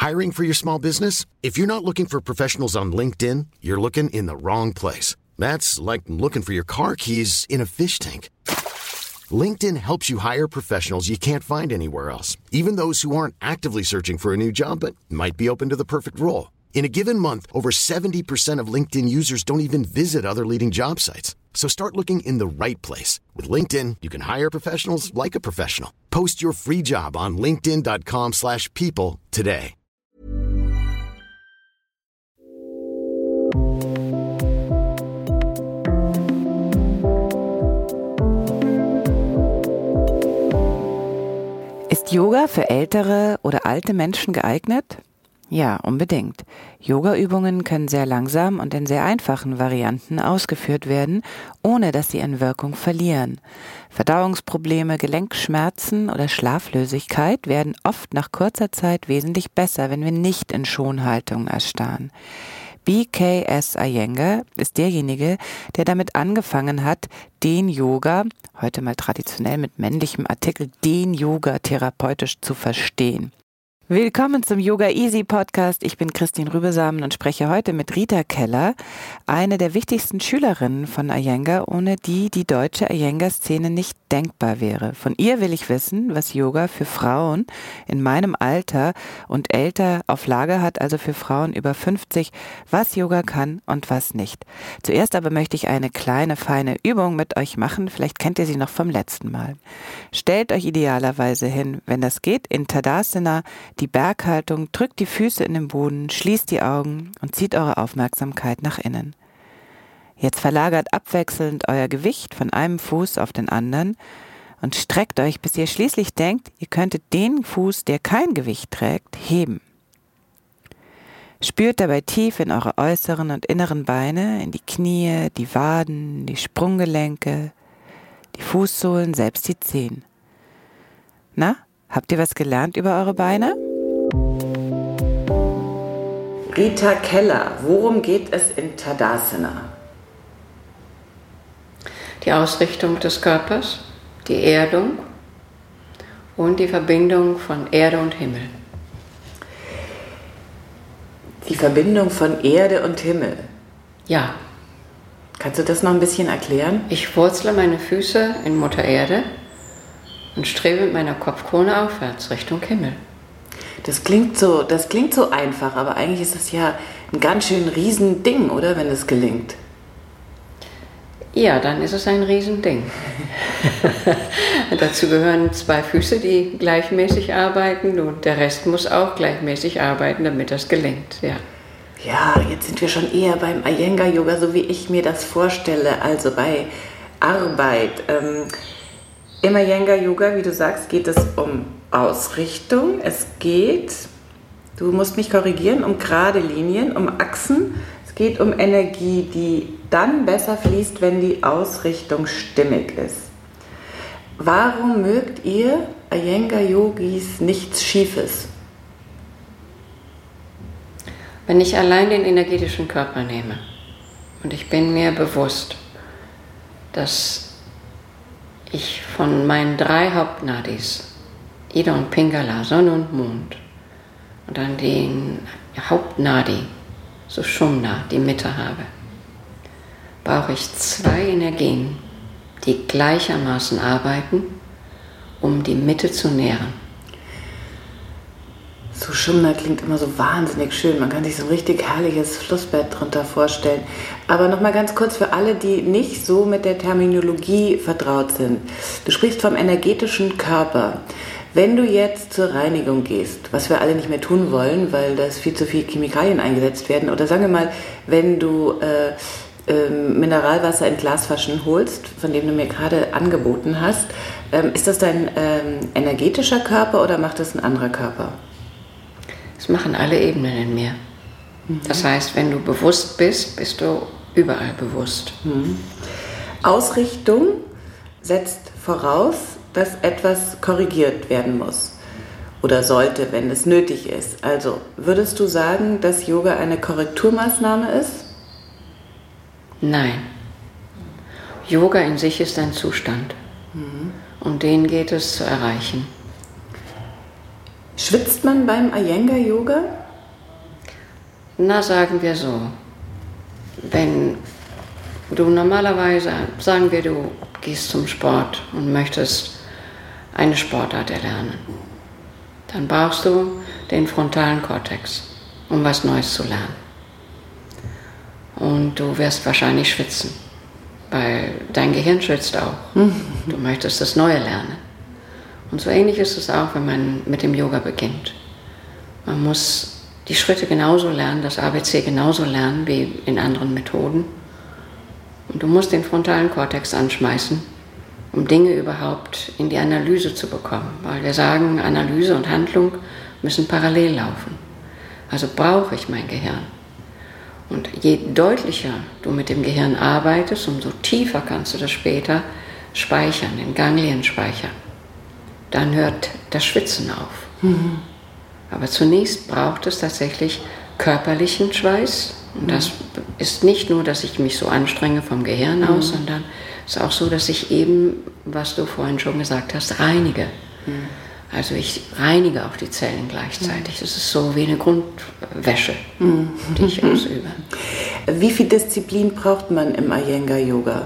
Hiring for your small business? If you're not looking for professionals on LinkedIn, you're looking in the wrong place. That's like looking for your car keys in a fish tank. LinkedIn helps you hire professionals you can't find anywhere else, even those who aren't actively searching for a new job but might be open to the perfect role. In a given month, over 70% of LinkedIn users don't even visit other leading job sites. So start looking in the right place. With LinkedIn, you can hire professionals like a professional. Post your free job on linkedin.com/people today. Ist Yoga für ältere oder alte Menschen geeignet? Ja, unbedingt. Yoga-Übungen können sehr langsam und in sehr einfachen Varianten ausgeführt werden, ohne dass sie an Wirkung verlieren. Verdauungsprobleme, Gelenkschmerzen oder Schlaflosigkeit werden oft nach kurzer Zeit wesentlich besser, wenn wir nicht in Schonhaltung erstarren. BKS Iyengar ist derjenige, der damit angefangen hat, den Yoga, heute mal traditionell mit männlichem Artikel, den Yoga therapeutisch zu verstehen. Willkommen zum Yoga Easy Podcast. Ich bin Christine Rübesamen und spreche heute mit Rita Keller, eine der wichtigsten Schülerinnen von Iyengar, ohne die die deutsche Iyengar-Szene nicht denkbar wäre. Von ihr will ich wissen, was Yoga für Frauen in meinem Alter und älter auf Lager hat, also für Frauen über 50, was Yoga kann und was nicht. Zuerst aber möchte ich eine kleine, feine Übung mit euch machen. Vielleicht kennt ihr sie noch vom letzten Mal. Stellt euch idealerweise hin, wenn das geht, in Tadasana, die Berghaltung, drückt die Füße in den Boden, schließt die Augen und zieht eure Aufmerksamkeit nach innen. Jetzt verlagert abwechselnd euer Gewicht von einem Fuß auf den anderen und streckt euch, bis ihr schließlich denkt, ihr könntet den Fuß, der kein Gewicht trägt, heben. Spürt dabei tief in eure äußeren und inneren Beine, in die Knie, die Waden, die Sprunggelenke, die Fußsohlen, selbst die Zehen. Na, habt ihr was gelernt über eure Beine? Rita Keller, worum geht es in Tadasana? Die Ausrichtung des Körpers, die Erdung und die Verbindung von Erde und Himmel. Die Verbindung von Erde und Himmel? Ja. Kannst du das noch ein bisschen erklären? Ich wurzle meine Füße in Mutter Erde und strebe mit meiner Kopfkrone aufwärts Richtung Himmel. Das klingt so einfach, aber eigentlich ist es ja ein ganz schön Riesending, oder, wenn es gelingt? Ja, dann ist es ein Riesending. Dazu gehören 2 Füße, die gleichmäßig arbeiten, und der Rest muss auch gleichmäßig arbeiten, damit das gelingt. Ja. Ja, jetzt sind wir schon eher beim Iyengar-Yoga, so wie ich mir das vorstelle, also bei Arbeit. Im Iyengar-Yoga, wie du sagst, geht es um Ausrichtung. Es geht, du musst mich korrigieren, um gerade Linien, um Achsen. Es geht um Energie, die dann besser fließt, wenn die Ausrichtung stimmig ist. Warum mögt ihr Iyengar-Yogis nichts Schiefes? Wenn ich allein den energetischen Körper nehme und ich bin mir bewusst, dass ich von meinen 3 Hauptnadis, Ida und Pingala, Sonne und Mond, und dann den Hauptnadi, Sushumna, die Mitte habe, brauche ich 2 Energien, die gleichermaßen arbeiten, um die Mitte zu nähren. Sushumna klingt immer so wahnsinnig schön. Man kann sich so ein richtig herrliches Flussbett drunter vorstellen. Aber nochmal ganz kurz für alle, die nicht so mit der Terminologie vertraut sind. Du sprichst vom energetischen Körper. Wenn du jetzt zur Reinigung gehst, was wir alle nicht mehr tun wollen, weil da viel zu viel Chemikalien eingesetzt werden, oder sagen wir mal, wenn du Mineralwasser in Glasflaschen holst, von dem du mir gerade angeboten hast, ist das dein energetischer Körper oder macht das ein anderer Körper? Das machen alle Ebenen in mir. Das heißt, wenn du bewusst bist, bist du überall bewusst. Ausrichtung setzt voraus, dass etwas korrigiert werden muss oder sollte, wenn es nötig ist. Also würdest du sagen, dass Yoga eine Korrekturmaßnahme ist? Nein. Yoga in sich ist ein Zustand. Und den geht es zu erreichen. Schwitzt man beim Iyengar-Yoga? Na, sagen wir so, wenn du normalerweise, sagen wir, du gehst zum Sport und möchtest eine Sportart erlernen, dann brauchst du den frontalen Kortex, um was Neues zu lernen. Und du wirst wahrscheinlich schwitzen, weil dein Gehirn schwitzt auch. Du möchtest das Neue lernen. Und so ähnlich ist es auch, wenn man mit dem Yoga beginnt. Man muss die Schritte genauso lernen, das ABC genauso lernen wie in anderen Methoden. Und du musst den frontalen Kortex anschmeißen, um Dinge überhaupt in die Analyse zu bekommen. Weil wir sagen, Analyse und Handlung müssen parallel laufen. Also brauche ich mein Gehirn. Und je deutlicher du mit dem Gehirn arbeitest, umso tiefer kannst du das später speichern, den Ganglienspeicher. Dann hört das Schwitzen auf. Aber zunächst braucht es tatsächlich körperlichen Schweiß. Und das ist nicht nur, dass ich mich so anstrenge vom Gehirn aus, sondern es ist auch so, dass ich eben, was du vorhin schon gesagt hast, reinige. Also ich reinige auch die Zellen gleichzeitig. Das ist so wie eine Grundwäsche, die ich ausübe. Wie viel Disziplin braucht man im Iyengar-Yoga?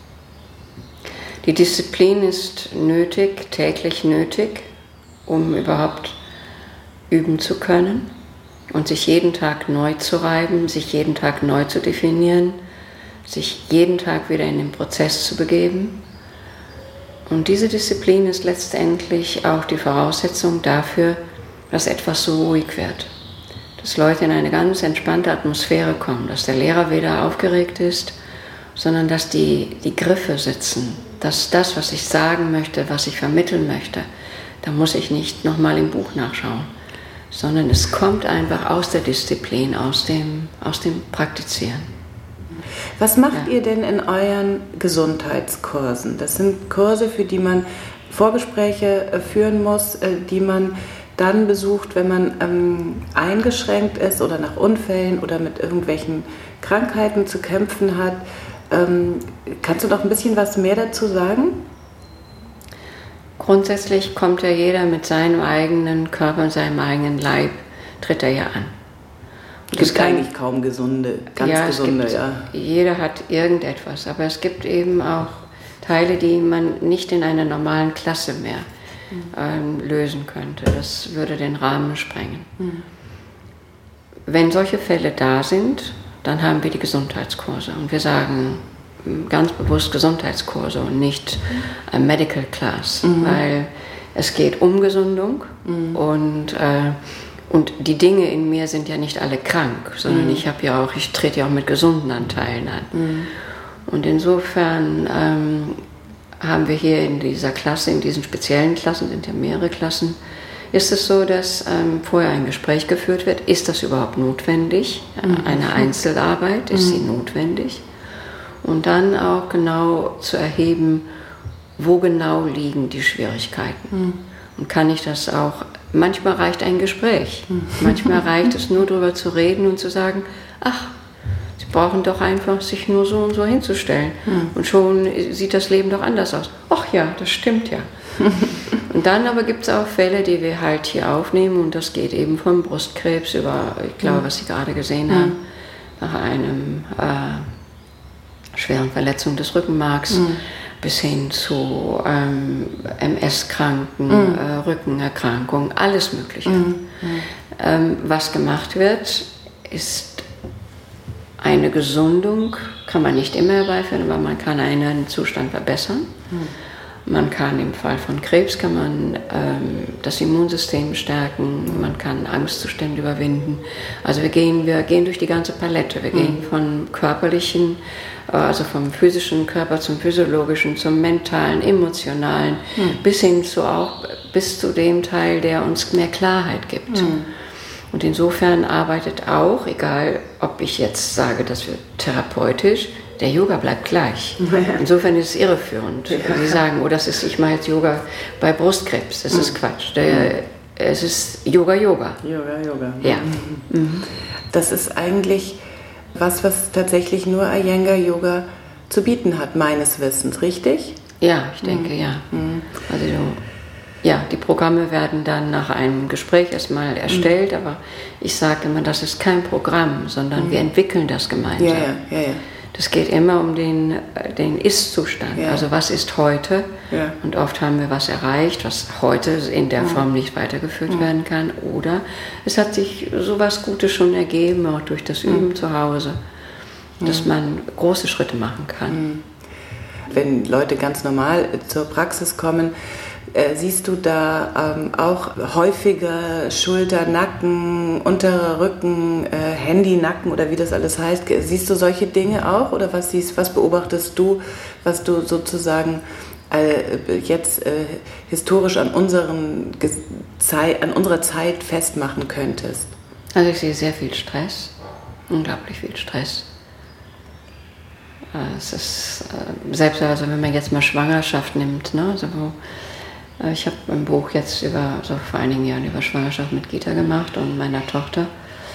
Die Disziplin ist nötig, täglich nötig, um überhaupt üben zu können und sich jeden Tag neu zu reiben, sich jeden Tag neu zu definieren, sich jeden Tag wieder in den Prozess zu begeben. Und diese Disziplin ist letztendlich auch die Voraussetzung dafür, dass etwas so ruhig wird. Dass Leute in eine ganz entspannte Atmosphäre kommen, dass der Lehrer weder aufgeregt ist, sondern dass die Griffe sitzen, dass das, was ich sagen möchte, was ich vermitteln möchte, da muss ich nicht nochmal im Buch nachschauen, sondern es kommt einfach aus der Disziplin, aus dem Praktizieren. Was macht ihr denn in euren Gesundheitskursen? Das sind Kurse, für die man Vorgespräche führen muss, die man dann besucht, wenn man eingeschränkt ist oder nach Unfällen oder mit irgendwelchen Krankheiten zu kämpfen hat. Kannst du noch ein bisschen was mehr dazu sagen? Grundsätzlich kommt ja jeder mit seinem eigenen Körper und seinem eigenen Leib, tritt er ja an. Es gibt eigentlich kaum gesunde, ganz gesunde, ja. Jeder hat irgendetwas, aber es gibt eben auch Teile, die man nicht in einer normalen Klasse mehr lösen könnte. Das würde den Rahmen sprengen. Wenn solche Fälle da sind, dann haben wir die Gesundheitskurse. Und wir sagen ganz bewusst Gesundheitskurse und nicht Medical Class, weil es geht um Gesundung und die Dinge in mir sind ja nicht alle krank, sondern ich trete ja auch mit gesunden Anteilen an. Und insofern haben wir hier in dieser Klasse, in diesen speziellen Klassen, sind ja mehrere Klassen, ist es so, dass vorher ein Gespräch geführt wird. Ist das überhaupt notwendig? Eine Einzelarbeit, ist sie notwendig? Und dann auch genau zu erheben, wo genau liegen die Schwierigkeiten. Und kann ich das auch, manchmal reicht ein Gespräch, manchmal reicht es nur darüber zu reden und zu sagen, ach, Sie brauchen doch einfach sich nur so und so hinzustellen und schon sieht das Leben doch anders aus. Ach ja, das stimmt ja. Und dann aber gibt es auch Fälle, die wir halt hier aufnehmen und das geht eben vom Brustkrebs über, ich glaube, was Sie gerade gesehen haben, nach einem schweren Verletzung des Rückenmarks bis hin zu MS-Kranken, Rückenerkrankungen, alles Mögliche. Was gemacht wird, ist eine Gesundung, kann man nicht immer herbeiführen, aber man kann einen Zustand verbessern. Man kann im Fall von Krebs kann man das Immunsystem stärken, man kann Angstzustände überwinden. Also wir gehen durch die ganze Palette. Wir gehen von körperlichen, also vom physischen Körper zum physiologischen, zum mentalen, emotionalen, bis zu dem Teil, der uns mehr Klarheit gibt. Und insofern arbeitet auch, egal ob ich jetzt sage, das wird therapeutisch, der Yoga bleibt gleich. Insofern ist es irreführend. Sie sagen, ich mache jetzt Yoga bei Brustkrebs. Das ist Quatsch. Es ist Yoga. Yoga. Ja. Das ist eigentlich was tatsächlich nur Iyengar-Yoga zu bieten hat, meines Wissens, richtig? Ja, ich denke, ja. Also Ja, die Programme werden dann nach einem Gespräch erstmal erstellt, aber ich sage immer, das ist kein Programm, sondern wir entwickeln das gemeinsam. Ja. Das geht immer um den Ist-Zustand, also was ist heute, und oft haben wir was erreicht, was heute in der Form nicht weitergeführt werden kann, oder es hat sich sowas Gutes schon ergeben, auch durch das Üben zu Hause, dass man große Schritte machen kann. Wenn Leute ganz normal zur Praxis kommen, siehst du da auch häufiger Schulter, Nacken, unterer Rücken, Handy-Nacken oder wie das alles heißt? Siehst du solche Dinge auch oder was beobachtest du, was du sozusagen jetzt historisch an unserer Zeit festmachen könntest? Also ich sehe sehr viel Stress, unglaublich viel Stress. Es ist selbst, also wenn man jetzt mal Schwangerschaft nimmt, ne, also ich habe ein Buch jetzt vor einigen Jahren über Schwangerschaft mit Gita gemacht und meiner Tochter.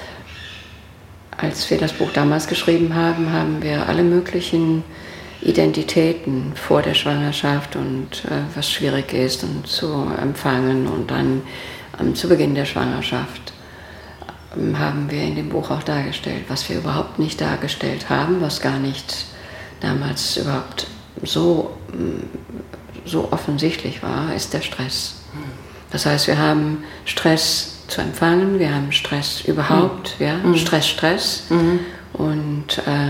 Als wir das Buch damals geschrieben haben, haben wir alle möglichen Identitäten vor der Schwangerschaft und was schwierig ist und zu empfangen und dann zu Beginn der Schwangerschaft haben wir in dem Buch auch dargestellt, was wir überhaupt nicht dargestellt haben, was gar nicht damals überhaupt so offensichtlich war, ist der Stress. Das heißt, wir haben Stress zu empfangen, wir haben Stress überhaupt, Stress. Und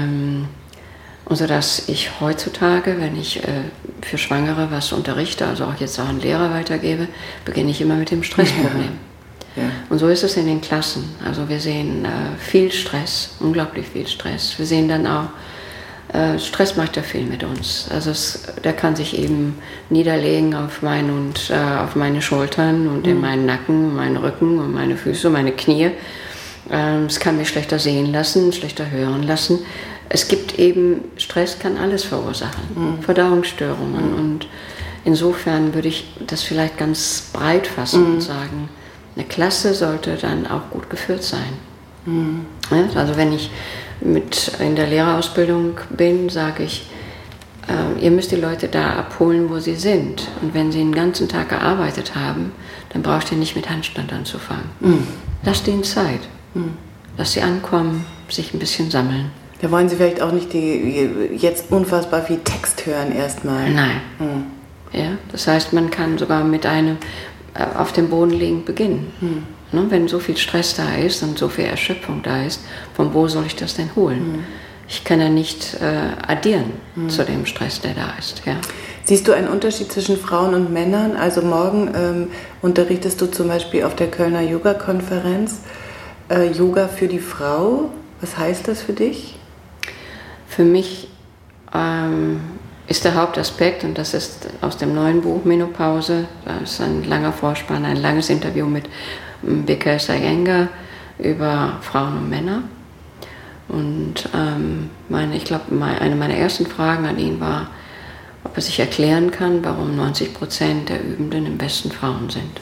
so dass ich heutzutage, wenn ich für Schwangere was unterrichte, also auch jetzt auch einen Lehrer weitergebe, beginne ich immer mit dem Stressproblem. Ja. Und so ist es in den Klassen. Also wir sehen viel Stress, unglaublich viel Stress. Wir sehen dann auch, Stress macht ja viel mit uns. Also der kann sich eben niederlegen auf meine Schultern und in meinen Nacken, meinen Rücken und meine Füße, meine Knie. Es kann mich schlechter sehen lassen, schlechter hören lassen. Es gibt eben, Stress kann alles verursachen, Verdauungsstörungen. Und insofern würde ich das vielleicht ganz breit fassen und sagen, eine Klasse sollte dann auch gut geführt sein. Also wenn ich in der Lehrerausbildung bin, sage ich, ihr müsst die Leute da abholen, wo sie sind. Und wenn sie den ganzen Tag gearbeitet haben, dann braucht ihr nicht mit Handstand anzufangen. Lasst ihnen Zeit. Lasst sie ankommen, sich ein bisschen sammeln. Da wollen Sie vielleicht auch nicht jetzt unfassbar viel Text hören erstmal. Nein. Ja, das heißt, man kann sogar mit einem auf dem Boden liegend beginnen. Wenn so viel Stress da ist und so viel Erschöpfung da ist, von wo soll ich das denn holen? Ich kann ja nicht addieren zu dem Stress, der da ist. Ja. Siehst du einen Unterschied zwischen Frauen und Männern? Also morgen unterrichtest du zum Beispiel auf der Kölner Yoga-Konferenz Yoga für die Frau. Was heißt das für dich? Für mich ist der Hauptaspekt, und das ist aus dem neuen Buch Menopause, das ist ein langer Vorspann, ein langes Interview mit Vikash Iyengar über Frauen und Männer. Und ich glaube, eine meiner ersten Fragen an ihn war, ob er sich erklären kann, warum 90% der Übenden im Westen Frauen sind.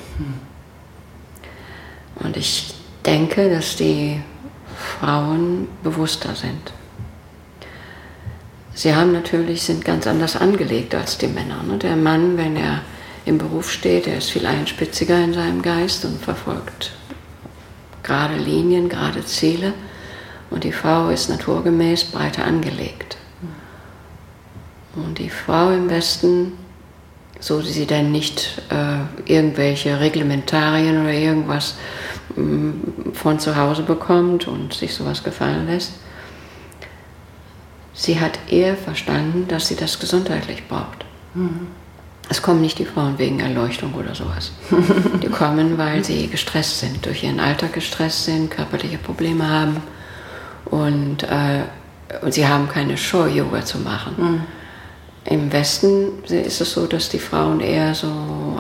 Und ich denke, dass die Frauen bewusster sind. Sie sind ganz anders angelegt als die Männer. Ne? Der Mann, wenn er im Beruf steht, der ist viel einspitziger in seinem Geist und verfolgt gerade Linien, gerade Ziele. Und die Frau ist naturgemäß breiter angelegt. Und die Frau im Westen, so sie denn nicht irgendwelche Reglementarien oder irgendwas von zu Hause bekommt und sich sowas gefallen lässt, sie hat eher verstanden, dass sie das gesundheitlich braucht. Es kommen nicht die Frauen wegen Erleuchtung oder sowas. Die kommen, weil sie gestresst sind, durch ihren Alltag gestresst sind, körperliche Probleme haben und sie haben keine Scheu, Yoga zu machen. Im Westen ist es so, dass die Frauen eher so,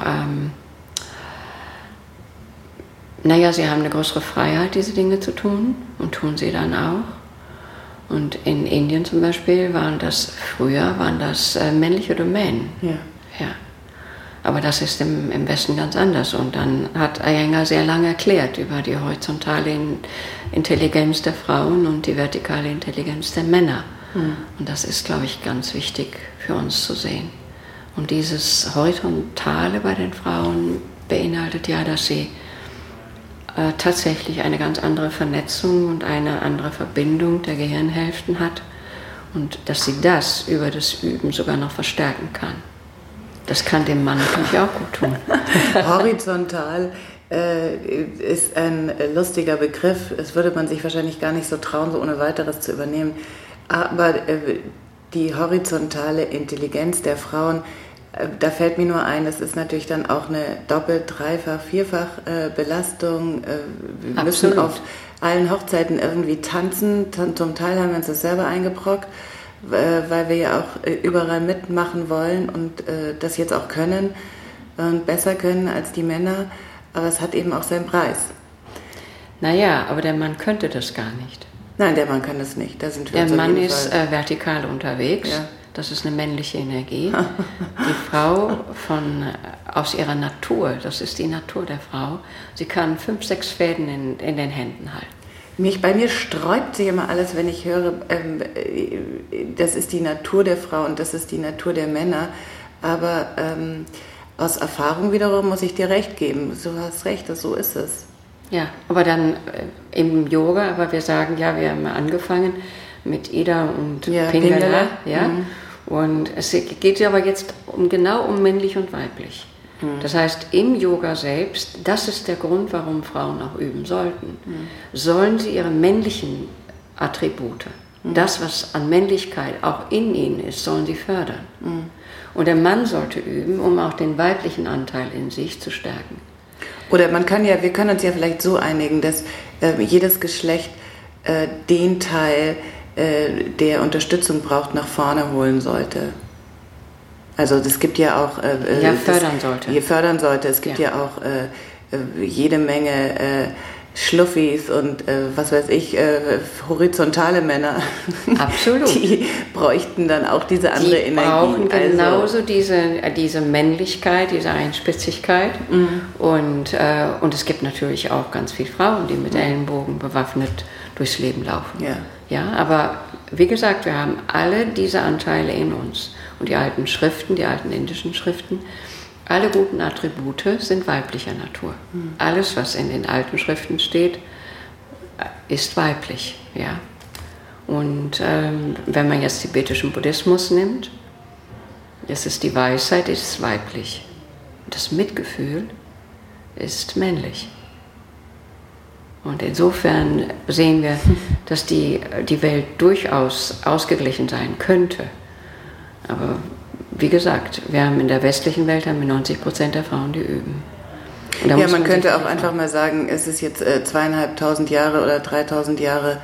sie haben eine größere Freiheit, diese Dinge zu tun und tun sie dann auch. Und in Indien zum Beispiel waren das männliche Domänen. Ja. Aber das ist im Westen ganz anders. Und dann hat Iyengar sehr lange erklärt über die horizontale Intelligenz der Frauen und die vertikale Intelligenz der Männer. Und das ist, glaube ich, ganz wichtig für uns zu sehen. Und dieses Horizontale bei den Frauen beinhaltet ja, dass sie tatsächlich eine ganz andere Vernetzung und eine andere Verbindung der Gehirnhälften hat und dass sie das über das Üben sogar noch verstärken kann. Das kann dem Mann natürlich auch gut tun. Horizontal ist ein lustiger Begriff. Das würde man sich wahrscheinlich gar nicht so trauen, so ohne weiteres zu übernehmen. Aber die horizontale Intelligenz der Frauen, da fällt mir nur ein, das ist natürlich dann auch eine doppelt-, dreifach-, vierfach Belastung. Wir müssen auf allen Hochzeiten irgendwie tanzen. Zum Teil haben wir uns das selber eingebrockt, weil wir ja auch überall mitmachen wollen und das jetzt auch können und besser können als die Männer. Aber es hat eben auch seinen Preis. Naja, aber der Mann könnte das gar nicht. Nein, der Mann kann das nicht. Da sind wir der Mann ist vertikal unterwegs. Ja. Das ist eine männliche Energie. Die Frau aus ihrer Natur, das ist die Natur der Frau, sie kann 5, 6 Fäden in den Händen halten. Bei mir sträubt sich immer alles, wenn ich höre, das ist die Natur der Frau und das ist die Natur der Männer. Aber aus Erfahrung wiederum muss ich dir recht geben. Du hast recht, so ist es. Ja, aber dann im Yoga, aber wir sagen ja, wir haben angefangen mit Ida und Pingala. Ja. Mhm. Und es geht aber jetzt genau um männlich und weiblich. Mhm. Das heißt, im Yoga selbst, das ist der Grund, warum Frauen auch üben sollten, sollen sie ihre männlichen Attribute, das, was an Männlichkeit auch in ihnen ist, sollen sie fördern. Mhm. Und der Mann sollte üben, um auch den weiblichen Anteil in sich zu stärken. Oder wir können uns ja vielleicht so einigen, dass jedes Geschlecht den Teil, der Unterstützung braucht, nach vorne holen sollte. Also es gibt ja auch... fördern sollte. Es gibt ja auch jede Menge Schluffis und was weiß ich, horizontale Männer. Absolut. Die bräuchten dann auch diese andere Energie. Die brauchen genauso diese Männlichkeit, diese Einspitzigkeit. Mhm. Und es gibt natürlich auch ganz viele Frauen, die mit Ellenbogen bewaffnet durchs Leben laufen. Ja. Ja, aber wie gesagt, wir haben alle diese Anteile in uns. Und die alten Schriften, die alten indischen Schriften, alle guten Attribute sind weiblicher Natur. Mhm. Alles, was in den alten Schriften steht, ist weiblich. Ja? Und wenn man jetzt tibetischen Buddhismus nimmt, das ist die Weisheit, ist weiblich. Das Mitgefühl ist männlich. Und insofern sehen wir, dass die Welt durchaus ausgeglichen sein könnte. Aber wie gesagt, wir haben in der westlichen Welt 90% der Frauen, die üben. Ja, man könnte auch einfach mal sagen, es ist jetzt 2.500 Jahre oder 3.000 Jahre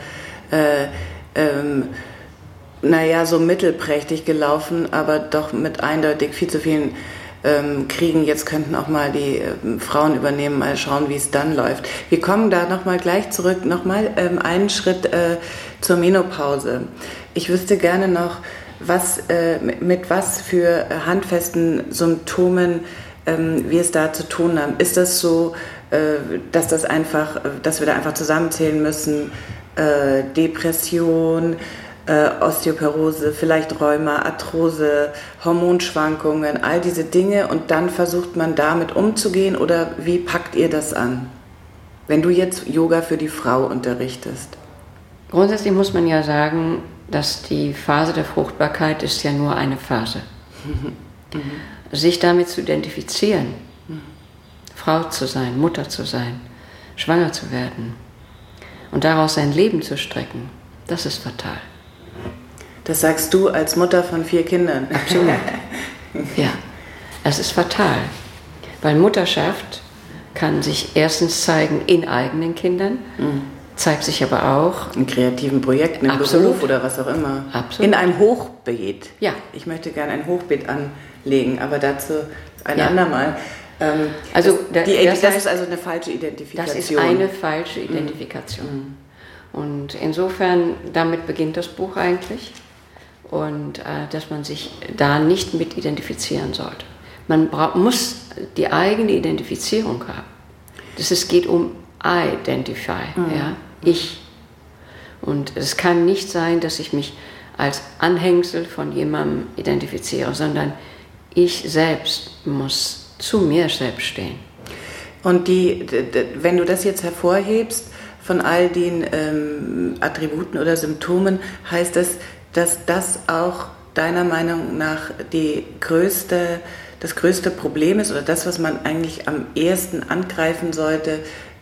so mittelprächtig gelaufen, aber doch mit eindeutig viel zu vielen Kriegen. Jetzt könnten auch mal die Frauen übernehmen, mal schauen, wie es dann läuft. Wir kommen da nochmal gleich zurück, nochmal einen Schritt zur Menopause. Ich wüsste gerne noch, mit was für handfesten Symptomen wir es da zu tun haben. Ist das so, dass wir da einfach zusammenzählen müssen, Depression, Osteoporose, vielleicht Rheuma, Arthrose, Hormonschwankungen, all diese Dinge und dann versucht man damit umzugehen oder wie packt ihr das an, wenn du jetzt Yoga für die Frau unterrichtest? Grundsätzlich muss man ja sagen, dass die Phase der Fruchtbarkeit ist ja nur eine Phase. Mhm. Sich damit zu identifizieren, Frau zu sein, Mutter zu sein, schwanger zu werden und daraus sein Leben zu strecken, das ist fatal. Das sagst du als Mutter von 4 Kindern. Absolut. Ja, es ist fatal, weil Mutterschaft kann sich erstens zeigen in eigenen Kindern, zeigt sich aber auch in kreativen Projekten, im Beruf oder was auch immer. Absolut. In einem Hochbeet. Ja. Ich möchte gerne ein Hochbeet anlegen, aber dazu ein andermal. Das ist also eine falsche Identifikation. Das ist eine falsche Identifikation. Und insofern, damit beginnt das Buch eigentlich. Und dass man sich da nicht mit identifizieren sollte. Man muss die eigene Identifizierung haben. Es geht um Identify, ja, ich. Und es kann nicht sein, dass ich mich als Anhängsel von jemandem identifiziere, sondern ich selbst muss zu mir selbst stehen. Und wenn du das jetzt hervorhebst von all den Attributen oder Symptomen, heißt das, dass das auch deiner Meinung nach das größte Problem ist oder das, was man eigentlich am ehesten angreifen sollte,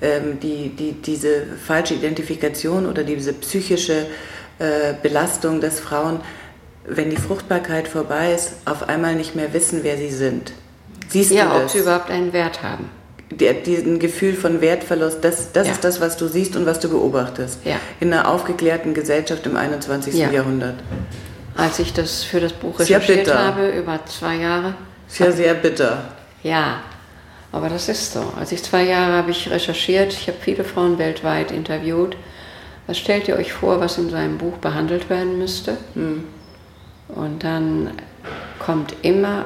diese falsche Identifikation oder diese psychische Belastung, dass Frauen, wenn die Fruchtbarkeit vorbei ist, auf einmal nicht mehr wissen, wer sie sind. Siehst du das? Ja, ob sie überhaupt einen Wert haben. Diesen Gefühl von Wertverlust, das ist das, was du siehst und was du beobachtest. Ja. In einer aufgeklärten Gesellschaft im 21. Jahrhundert. Als ich das für das Buch recherchiert habe, über 2 Jahre. Ist ja sehr bitter. Ja, aber das ist so. Als ich 2 Jahre habe ich recherchiert, ich habe viele Frauen weltweit interviewt. Was stellt ihr euch vor, was in seinem Buch behandelt werden müsste? Und dann kommt immer,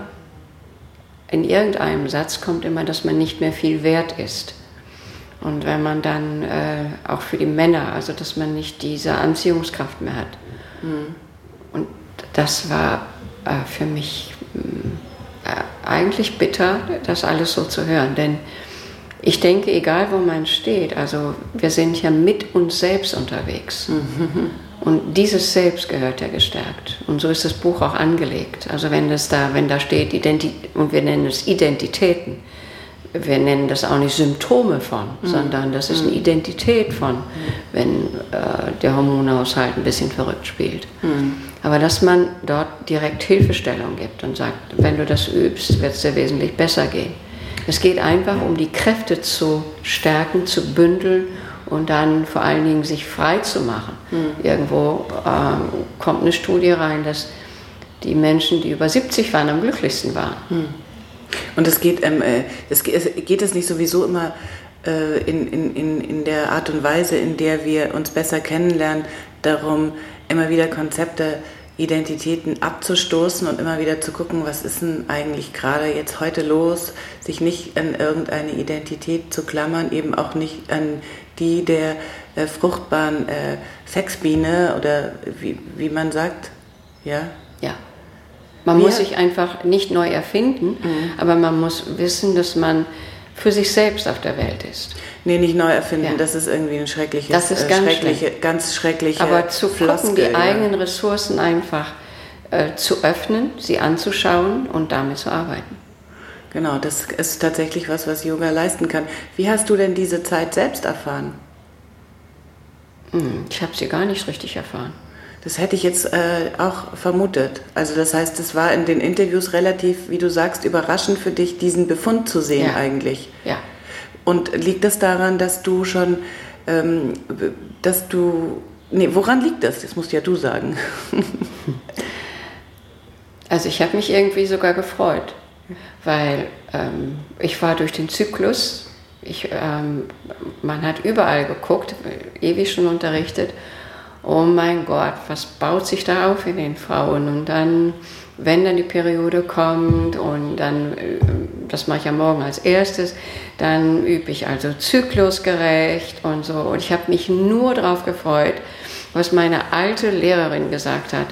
in irgendeinem Satz kommt immer, dass man nicht mehr viel wert ist. Und wenn man dann, auch für die Männer, also dass man nicht diese Anziehungskraft mehr hat. Und das war für mich eigentlich bitter, das alles so zu hören. Denn ich denke, egal wo man steht, also wir sind ja mit uns selbst unterwegs. Und dieses Selbst gehört ja gestärkt. Und so ist das Buch auch angelegt. Also wenn da steht, und wir nennen es Identitäten, wir nennen das auch nicht Symptome von, sondern das ist eine Identität von, wenn der Hormonhaushalt ein bisschen verrückt spielt. Aber dass man dort direkt Hilfestellung gibt und sagt, wenn du das übst, wird es dir wesentlich besser gehen. Es geht einfach um die Kräfte zu stärken, zu bündeln und dann vor allen Dingen sich frei zu machen. Irgendwo kommt eine Studie rein, dass die Menschen, die über 70 waren, am glücklichsten waren. Und geht es nicht sowieso immer in der Art und Weise, in der wir uns besser kennenlernen, darum, immer wieder Konzepte, Identitäten abzustoßen und immer wieder zu gucken, was ist denn eigentlich gerade jetzt heute los, sich nicht an irgendeine Identität zu klammern, eben auch nicht an die der fruchtbaren Sexbiene oder wie man sagt, ja? Ja. Man muss sich einfach nicht neu erfinden, aber man muss wissen, dass man für sich selbst auf der Welt ist. Nee, nicht neu erfinden, das ist irgendwie ein schreckliches, das ist ganz schreckliche aber zu Floskel, gucken, die eigenen Ressourcen einfach zu öffnen, sie anzuschauen und damit zu arbeiten. Genau, das ist tatsächlich was Yoga leisten kann. Wie hast du denn diese Zeit selbst erfahren? Ich habe sie gar nicht richtig erfahren. Das hätte ich jetzt auch vermutet. Also das heißt, es war in den Interviews relativ, wie du sagst, überraschend für dich, diesen Befund zu sehen eigentlich. Ja. Und liegt das daran, dass du schon, woran liegt das? Das musst ja du sagen. Also ich habe mich irgendwie sogar gefreut, weil ich war durch den Zyklus, man hat überall geguckt, ewig schon unterrichtet, oh mein Gott, was baut sich da auf in den Frauen? Und dann, wenn dann die Periode kommt und dann, das mache ich ja morgen als erstes, dann übe ich also zyklusgerecht und so. Und ich habe mich nur darauf gefreut, was meine alte Lehrerin gesagt hat.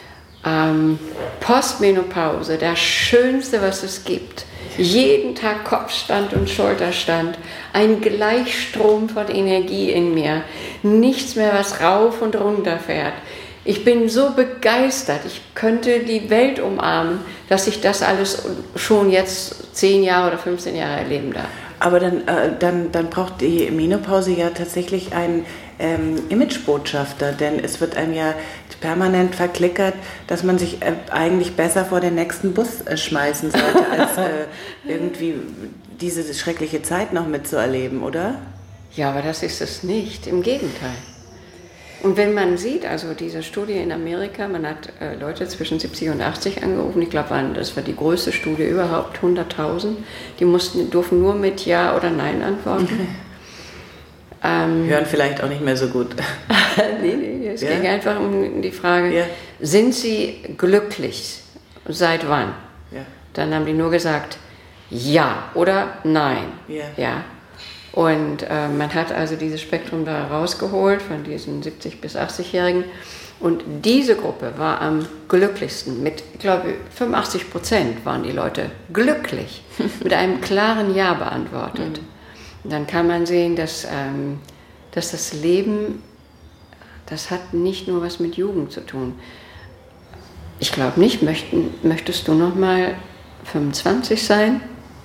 Postmenopause, das Schönste, was es gibt. Jeden Tag Kopfstand und Schulterstand, ein Gleichstrom von Energie in mir, nichts mehr, was rauf und runter fährt. Ich bin so begeistert, ich könnte die Welt umarmen, dass ich das alles schon jetzt 10 Jahre oder 15 Jahre erleben darf. Aber dann braucht die Menopause ja tatsächlich einen Imagebotschafter, denn es wird einem ja permanent verklickert, dass man sich eigentlich besser vor den nächsten Bus schmeißen sollte, als irgendwie diese schreckliche Zeit noch mitzuerleben, oder? Ja, aber das ist es nicht, im Gegenteil. Und wenn man sieht, also diese Studie in Amerika, man hat Leute zwischen 70 und 80 angerufen, ich glaube, das war die größte Studie überhaupt, 100.000, die durften nur mit Ja oder Nein antworten. Okay. Hören vielleicht auch nicht mehr so gut. Nee, es ging einfach um die Frage, sind Sie glücklich? Seit wann? Ja. Dann haben die nur gesagt, ja oder nein. Ja. Und man hat also dieses Spektrum da rausgeholt von diesen 70- bis 80-Jährigen. Und diese Gruppe war am glücklichsten. Mit, ich glaube, 85% waren die Leute glücklich, mit einem klaren Ja beantwortet. Und dann kann man sehen, dass das Leben, das hat nicht nur was mit Jugend zu tun. Ich glaube nicht, möchtest du noch mal 25 sein?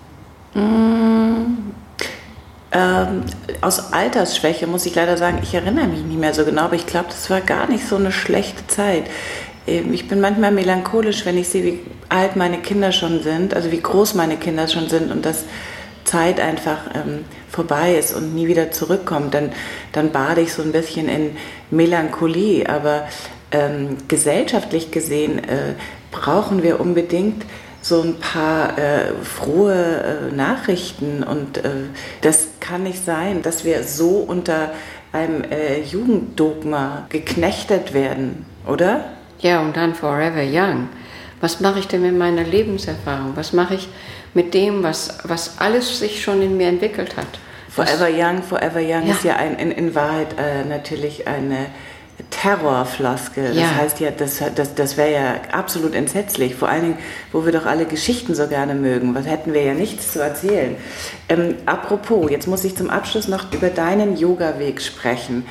Aus Altersschwäche muss ich leider sagen, ich erinnere mich nicht mehr so genau, aber ich glaube, das war gar nicht so eine schlechte Zeit. Ich bin manchmal melancholisch, wenn ich sehe, wie alt meine Kinder schon sind, also wie groß meine Kinder schon sind und dass Zeit einfach vorbei ist und nie wieder zurückkommt. Dann bade ich so ein bisschen in Melancholie, aber gesellschaftlich gesehen brauchen wir unbedingt so ein paar frohe Nachrichten und das kann nicht sein, dass wir so unter einem Jugenddogma geknechtet werden, oder? Ja, und dann forever young. Was mache ich denn mit meiner Lebenserfahrung? Was mache ich mit dem, was alles sich schon in mir entwickelt hat? Forever young ist ja in Wahrheit natürlich eine Terrorfloskel. Das heißt ja, das wäre ja absolut entsetzlich. Vor allen Dingen, wo wir doch alle Geschichten so gerne mögen. Was hätten wir ja nichts zu erzählen. Apropos, jetzt muss ich zum Abschluss noch über deinen Yoga-Weg sprechen.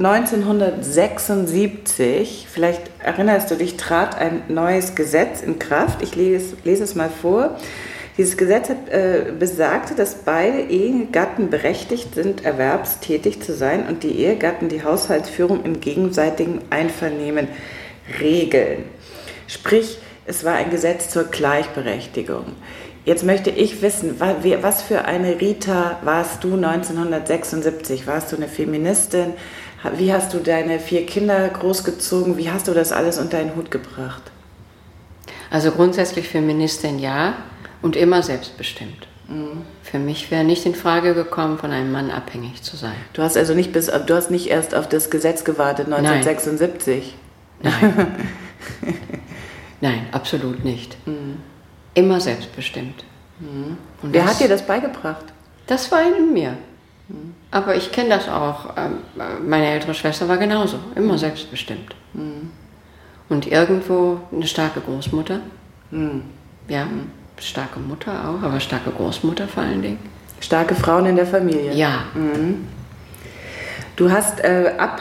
1976, vielleicht erinnerst du dich, trat ein neues Gesetz in Kraft. Ich lese es mal vor. Dieses Gesetz besagte, dass beide Ehegatten berechtigt sind, erwerbstätig zu sein und die Ehegatten die Haushaltsführung im gegenseitigen Einvernehmen regeln. Sprich, es war ein Gesetz zur Gleichberechtigung. Jetzt möchte ich wissen, was für eine Rita warst du 1976? Warst du eine Feministin? Wie hast du deine 4 Kinder großgezogen? Wie hast du das alles unter einen Hut gebracht? Also grundsätzlich Feministin ja. Und immer selbstbestimmt. Für mich wäre nicht in Frage gekommen, von einem Mann abhängig zu sein. Du hast also nicht erst auf das Gesetz gewartet, 1976? Nein. Nein, absolut nicht. Immer selbstbestimmt. Und wer hat dir das beigebracht? Das war in mir. Aber ich kenne das auch. Meine ältere Schwester war genauso. Immer selbstbestimmt. Und irgendwo eine starke Großmutter. Ja. Starke Mutter auch, aber starke Großmutter vor allen Dingen. Starke Frauen in der Familie. Ja. Du hast ab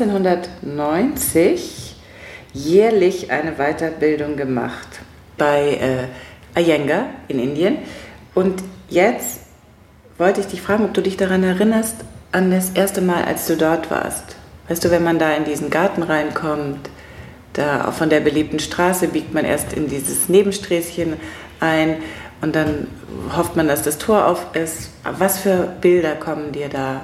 1990 jährlich eine Weiterbildung gemacht bei Iyengar in Indien. Und jetzt wollte ich dich fragen, ob du dich daran erinnerst, an das erste Mal, als du dort warst. Weißt du, wenn man da in diesen Garten reinkommt, da von der beliebten Straße biegt man erst in dieses Nebensträßchen ein und dann hofft man, dass das Tor auf ist. Was für Bilder kommen dir da?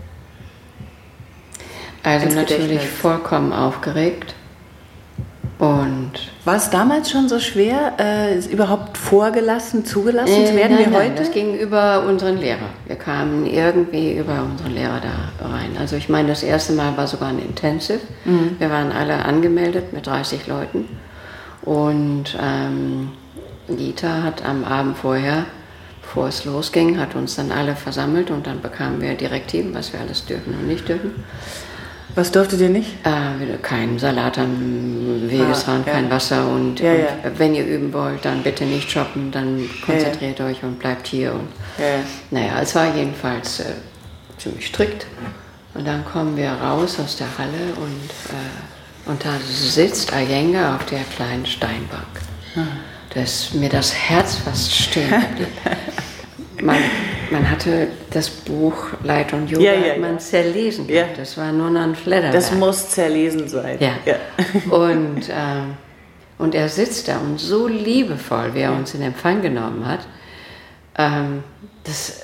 Also natürlich vollkommen aufgeregt. Und war es damals schon so schwer, überhaupt zugelassen zu werden wie heute? Nein, das ging über unseren Lehrer. Wir kamen irgendwie über unseren Lehrer da rein. Also ich meine, das erste Mal war sogar ein Intensive. Wir waren alle angemeldet mit 30 Leuten. Und Gita hat am Abend vorher, bevor es losging, hat uns dann alle versammelt und dann bekamen wir Direktiven, was wir alles dürfen und nicht dürfen. Was durftet ihr nicht? Kein Salat am Wegesrand, kein Wasser und wenn ihr üben wollt, dann bitte nicht shoppen, dann konzentriert euch und bleibt hier. Und, naja, es war jedenfalls ziemlich strikt. Und dann kommen wir raus aus der Halle und da sitzt Iyengar auf der kleinen Steinbank. Dass mir das Herz fast stehen blieb. Man hatte das Buch Light und Yoga zerlesen. Ja. Das war nur noch ein Flatterwerk. Das muss zerlesen sein. Ja. Und er sitzt da und so liebevoll, wie er uns in Empfang genommen hat, das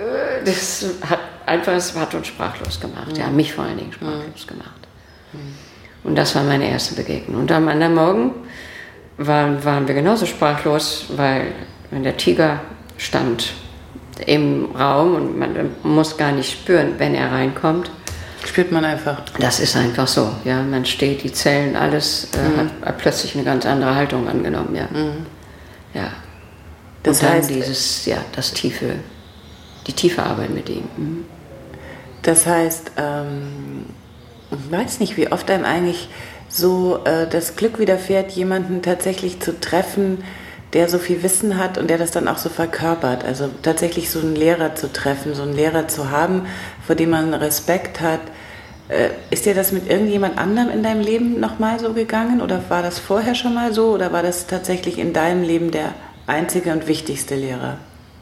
hat uns sprachlos gemacht. Ja, mich vor allen Dingen sprachlos gemacht. Und das war meine erste Begegnung. Und am anderen Morgen waren wir genauso sprachlos, weil der Tiger stand im Raum und man muss gar nicht spüren, wenn er reinkommt. Spürt man einfach. Das ist einfach so. Ja, man steht, die Zellen, alles hat plötzlich eine ganz andere Haltung angenommen. Ja. Ja. Das und dann heißt, das tiefe die tiefe Arbeit mit ihm. Das heißt, ich weiß nicht, wie oft einem eigentlich so das Glück widerfährt, jemanden tatsächlich zu treffen, der so viel Wissen hat und der das dann auch so verkörpert. Also tatsächlich so einen Lehrer zu treffen, so einen Lehrer zu haben, vor dem man Respekt hat. Ist dir das mit irgendjemand anderem in deinem Leben nochmal so gegangen oder war das vorher schon mal so oder war das tatsächlich in deinem Leben der einzige und wichtigste Lehrer?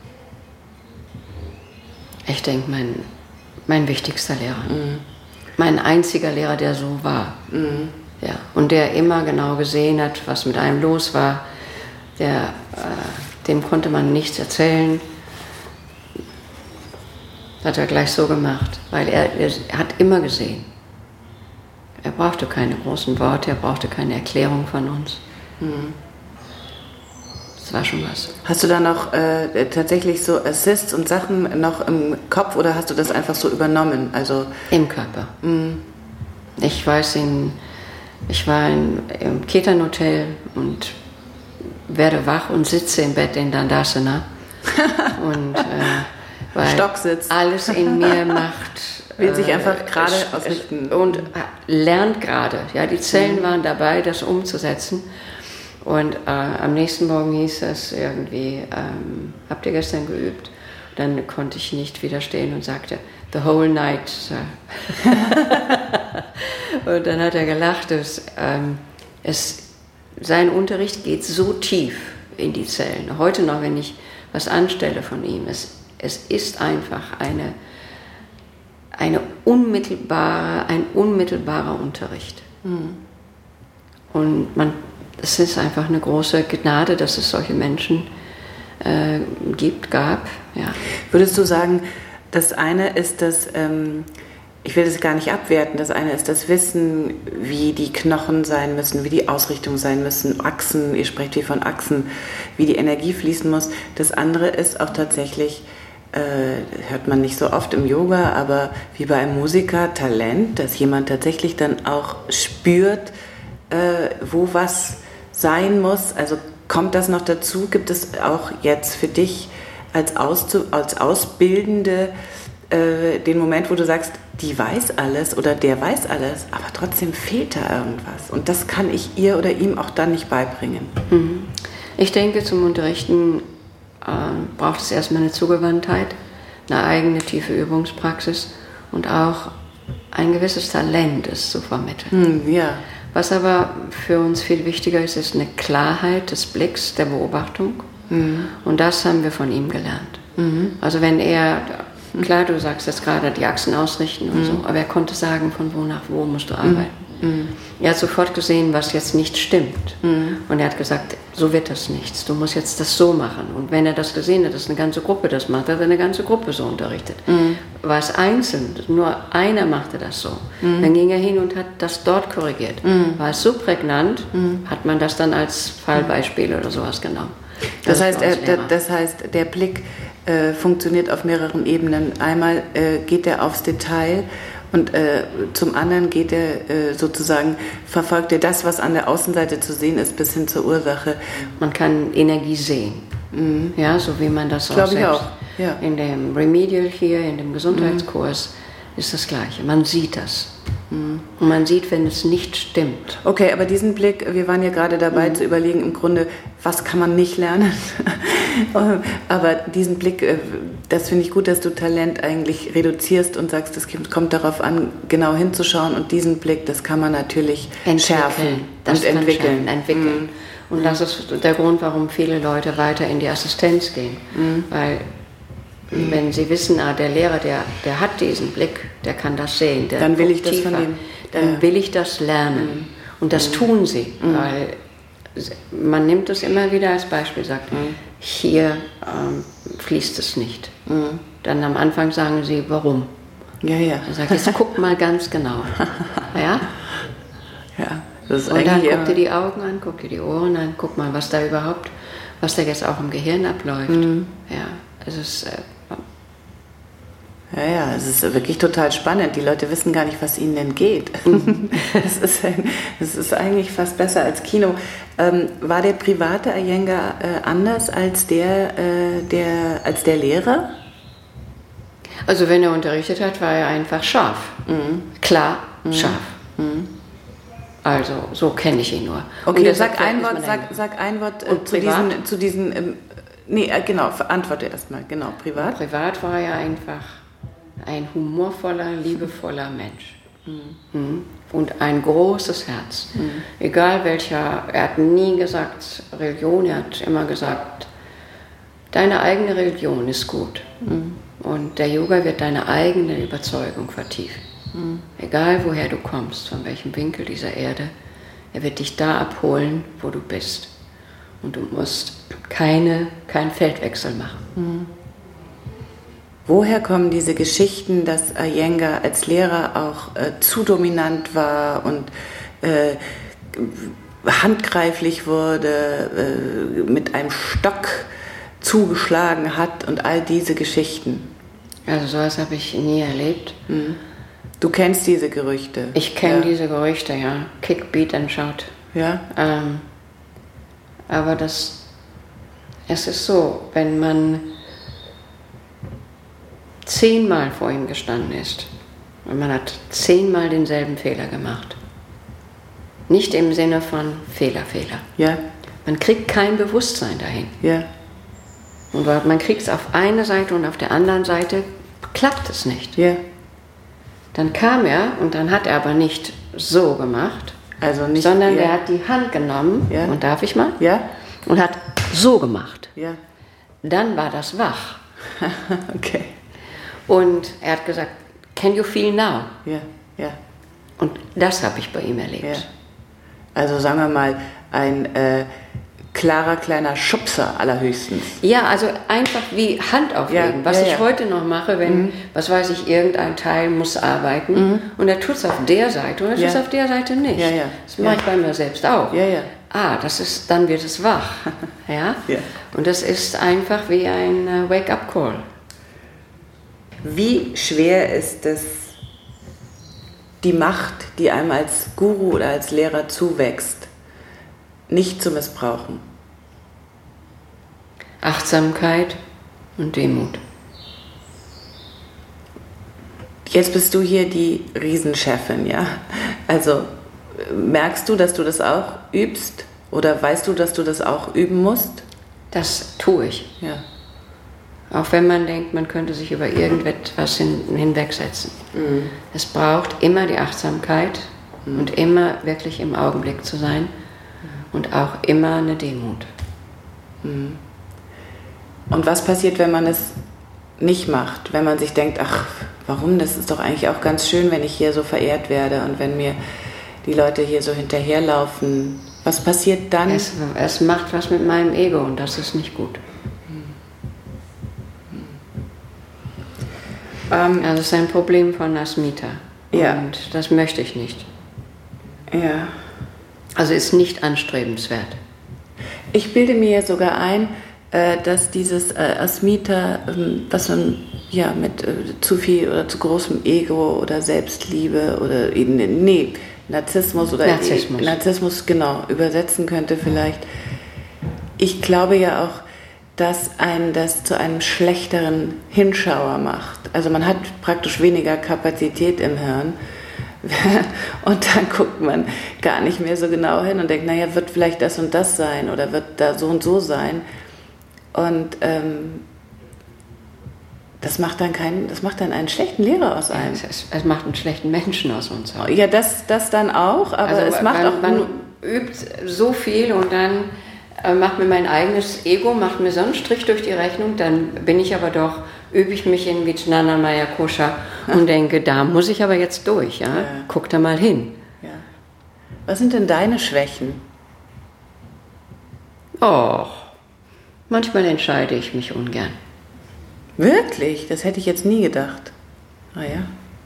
Ich denke, mein wichtigster Lehrer. Mein einziger Lehrer, der so war. Ja. Und der immer genau gesehen hat, was mit einem los war. Dem konnte man nichts erzählen. Das hat er gleich so gemacht, weil er hat immer gesehen. Er brauchte keine großen Worte, er brauchte keine Erklärung von uns. Das war schon was. Hast du da noch tatsächlich so Assists und Sachen noch im Kopf oder hast du das einfach so übernommen? Also im Körper. Ich weiß, ich war im Ketan-Hotel und werde wach und sitze im Bett in Dandasana. Und weil Stocksitz. alles in mir macht. Will sich einfach gerade ausrichten. Und lernt gerade. Ja, die Zellen waren dabei, das umzusetzen. Und am nächsten Morgen hieß es irgendwie, habt ihr gestern geübt? Dann konnte ich nicht widerstehen und sagte, the whole night. Und dann hat er gelacht. Sein Unterricht geht so tief in die Zellen. Heute noch, wenn ich was anstelle von ihm, es ist einfach ein unmittelbarer Unterricht. Und es ist einfach eine große Gnade, dass es solche Menschen gab. Ja. Würdest du sagen, das eine ist das, ich will das gar nicht abwerten, das eine ist das Wissen, wie die Knochen sein müssen, wie die Ausrichtung sein müssen, Achsen, ihr sprecht hier von Achsen, wie die Energie fließen muss. Das andere ist auch tatsächlich, hört man nicht so oft im Yoga, aber wie bei einem Musiker, Talent, dass jemand tatsächlich dann auch spürt, wo was sein muss. Also kommt das noch dazu? Gibt es auch jetzt für dich als Ausbildende den Moment, wo du sagst, die weiß alles oder der weiß alles, aber trotzdem fehlt da irgendwas. Und das kann ich ihr oder ihm auch dann nicht beibringen. Ich denke, zum Unterrichten braucht es erstmal eine Zugewandtheit, eine eigene tiefe Übungspraxis und auch ein gewisses Talent, es zu vermitteln. Ja. Was aber für uns viel wichtiger ist, ist eine Klarheit des Blicks, der Beobachtung. Und das haben wir von ihm gelernt. Also wenn er, klar, du sagst jetzt gerade die Achsen ausrichten und so, aber er konnte sagen, von wo nach wo musst du arbeiten. Er hat sofort gesehen, was jetzt nicht stimmt. Und er hat gesagt, so wird das nichts, du musst jetzt das so machen. Und wenn er das gesehen hat, dass eine ganze Gruppe das macht, hat er eine ganze Gruppe so unterrichtet. War es einzeln, nur einer machte das so. Dann ging er hin und hat das dort korrigiert. War es so prägnant, hat man das dann als Fallbeispiel oder sowas genommen. Das heißt, der Blick funktioniert auf mehreren Ebenen. Einmal geht er aufs Detail und zum anderen geht er sozusagen, verfolgt er das, was an der Außenseite zu sehen ist, bis hin zur Ursache. Man kann Energie sehen, ja, so wie man das auch selbst. Ja. In dem Remedial hier, in dem Gesundheitskurs ist das Gleiche. Man sieht das. Und man sieht, wenn es nicht stimmt. Okay, aber diesen Blick, wir waren ja gerade dabei zu überlegen, im Grunde, was kann man nicht lernen? Aber diesen Blick, das finde ich gut, dass du Talent eigentlich reduzierst und sagst, es kommt darauf an, genau hinzuschauen und diesen Blick, das kann man natürlich schärfen und entwickeln. Und das ist der Grund, warum viele Leute weiter in die Assistenz gehen. Weil wenn sie wissen, der Lehrer, der hat diesen Blick, der kann das sehen, der dann will ich das tiefer, von ihm. Dann will ich das lernen. Und das tun sie, weil man nimmt es immer wieder als Beispiel, sagt, hier fließt es nicht. Dann am Anfang sagen sie, warum? Ja. Dann sagt, jetzt guck mal ganz genau. Ja? Ja, das ist und dann eigentlich guck dir die Augen an, guck dir die Ohren an, guck mal, was da jetzt auch im Gehirn abläuft. Ja, es ist... Ja, es ist wirklich total spannend. Die Leute wissen gar nicht, was ihnen entgeht. Es ist eigentlich fast besser als Kino. War der private Iyengar anders als der Lehrer? Also wenn er unterrichtet hat, war er einfach scharf. Klar, scharf. Also so kenne ich ihn nur. Okay, sag ein Wort zu diesen genau, antworte erstmal. Genau, privat. Privat war er einfach ein humorvoller, liebevoller Mensch. Und ein großes Herz. Egal welcher, er hat nie gesagt Religion, er hat immer gesagt, deine eigene Religion ist gut. Und der Yoga wird deine eigene Überzeugung vertiefen. Egal woher du kommst, von welchem Winkel dieser Erde, er wird dich da abholen, wo du bist. Und du musst keinen Feldwechsel machen. Woher kommen diese Geschichten, dass Iyengar als Lehrer auch zu dominant war und handgreiflich wurde, mit einem Stock zugeschlagen hat und all diese Geschichten? Also sowas habe ich nie erlebt. Du kennst diese Gerüchte? Ich kenne diese Gerüchte, ja. Kick, beat and shout. Ja. Aber es ist so, wenn man 10-mal vor ihm gestanden ist und man hat 10-mal denselben Fehler gemacht. Nicht im Sinne von Fehler. Ja. Man kriegt kein Bewusstsein dahin. Ja. Und man kriegt es auf einer Seite und auf der anderen Seite klappt es nicht. Ja. Dann kam er und dann hat er aber nicht so gemacht, also nicht, sondern er hat die Hand genommen, und darf ich mal? Ja. Und hat so gemacht. Ja. Dann war das wach. Okay. Und er hat gesagt, can you feel now? Ja, ja. Und das habe ich bei ihm erlebt. Ja. Also sagen wir mal, ein klarer kleiner Schubser allerhöchstens. Ja, also einfach wie Hand auflegen. Was ich heute noch mache, wenn, was weiß ich, irgendein Teil muss arbeiten und er tut es auf der Seite und er tut es auf der Seite nicht. Ja, ja. Das mache ich bei mir selbst auch. Ja, ja. Dann wird es wach. Ja? Ja. Und das ist einfach wie ein Wake-up-Call. Wie schwer ist es, die Macht, die einem als Guru oder als Lehrer zuwächst, nicht zu missbrauchen? Achtsamkeit und Demut. Jetzt bist du hier die Riesenchefin, ja? Also merkst du, dass du das auch übst? Oder weißt du, dass du das auch üben musst? Das tue ich. Ja. Auch wenn man denkt, man könnte sich über irgendetwas hinwegsetzen. Es braucht immer die Achtsamkeit und immer wirklich im Augenblick zu sein und auch immer eine Demut. Und was passiert, wenn man es nicht macht? Wenn man sich denkt, ach, warum? Das ist doch eigentlich auch ganz schön, wenn ich hier so verehrt werde und wenn mir die Leute hier so hinterherlaufen. Was passiert dann? Es macht was mit meinem Ego und das ist nicht gut. Also es ist ein Problem von Asmita. Ja. Und das möchte ich nicht. Ja. Also ist nicht anstrebenswert. Ich bilde mir sogar ein, dass dieses Asmita, was man mit zu viel oder zu großem Ego oder Selbstliebe oder Narzissmus genau übersetzen könnte vielleicht. Ich glaube ja auch, dass einen das zu einem schlechteren Hinschauer macht. Also man hat praktisch weniger Kapazität im Hirn und dann guckt man gar nicht mehr so genau hin und denkt, naja, wird vielleicht das und das sein oder wird da so und so sein. Und das macht dann einen schlechten Lehrer aus einem. Es macht einen schlechten Menschen aus uns. Ja, das dann auch, aber also, es macht man übt so viel und dann macht mir mein eigenes Ego, macht mir so einen Strich durch die Rechnung, dann übe ich mich in Vijnanamaya Kosha und denke, da muss ich aber jetzt durch, ja? Guck da mal hin. Ja. Was sind denn deine Schwächen? Manchmal entscheide ich mich ungern. Wirklich? Das hätte ich jetzt nie gedacht. Ah ja.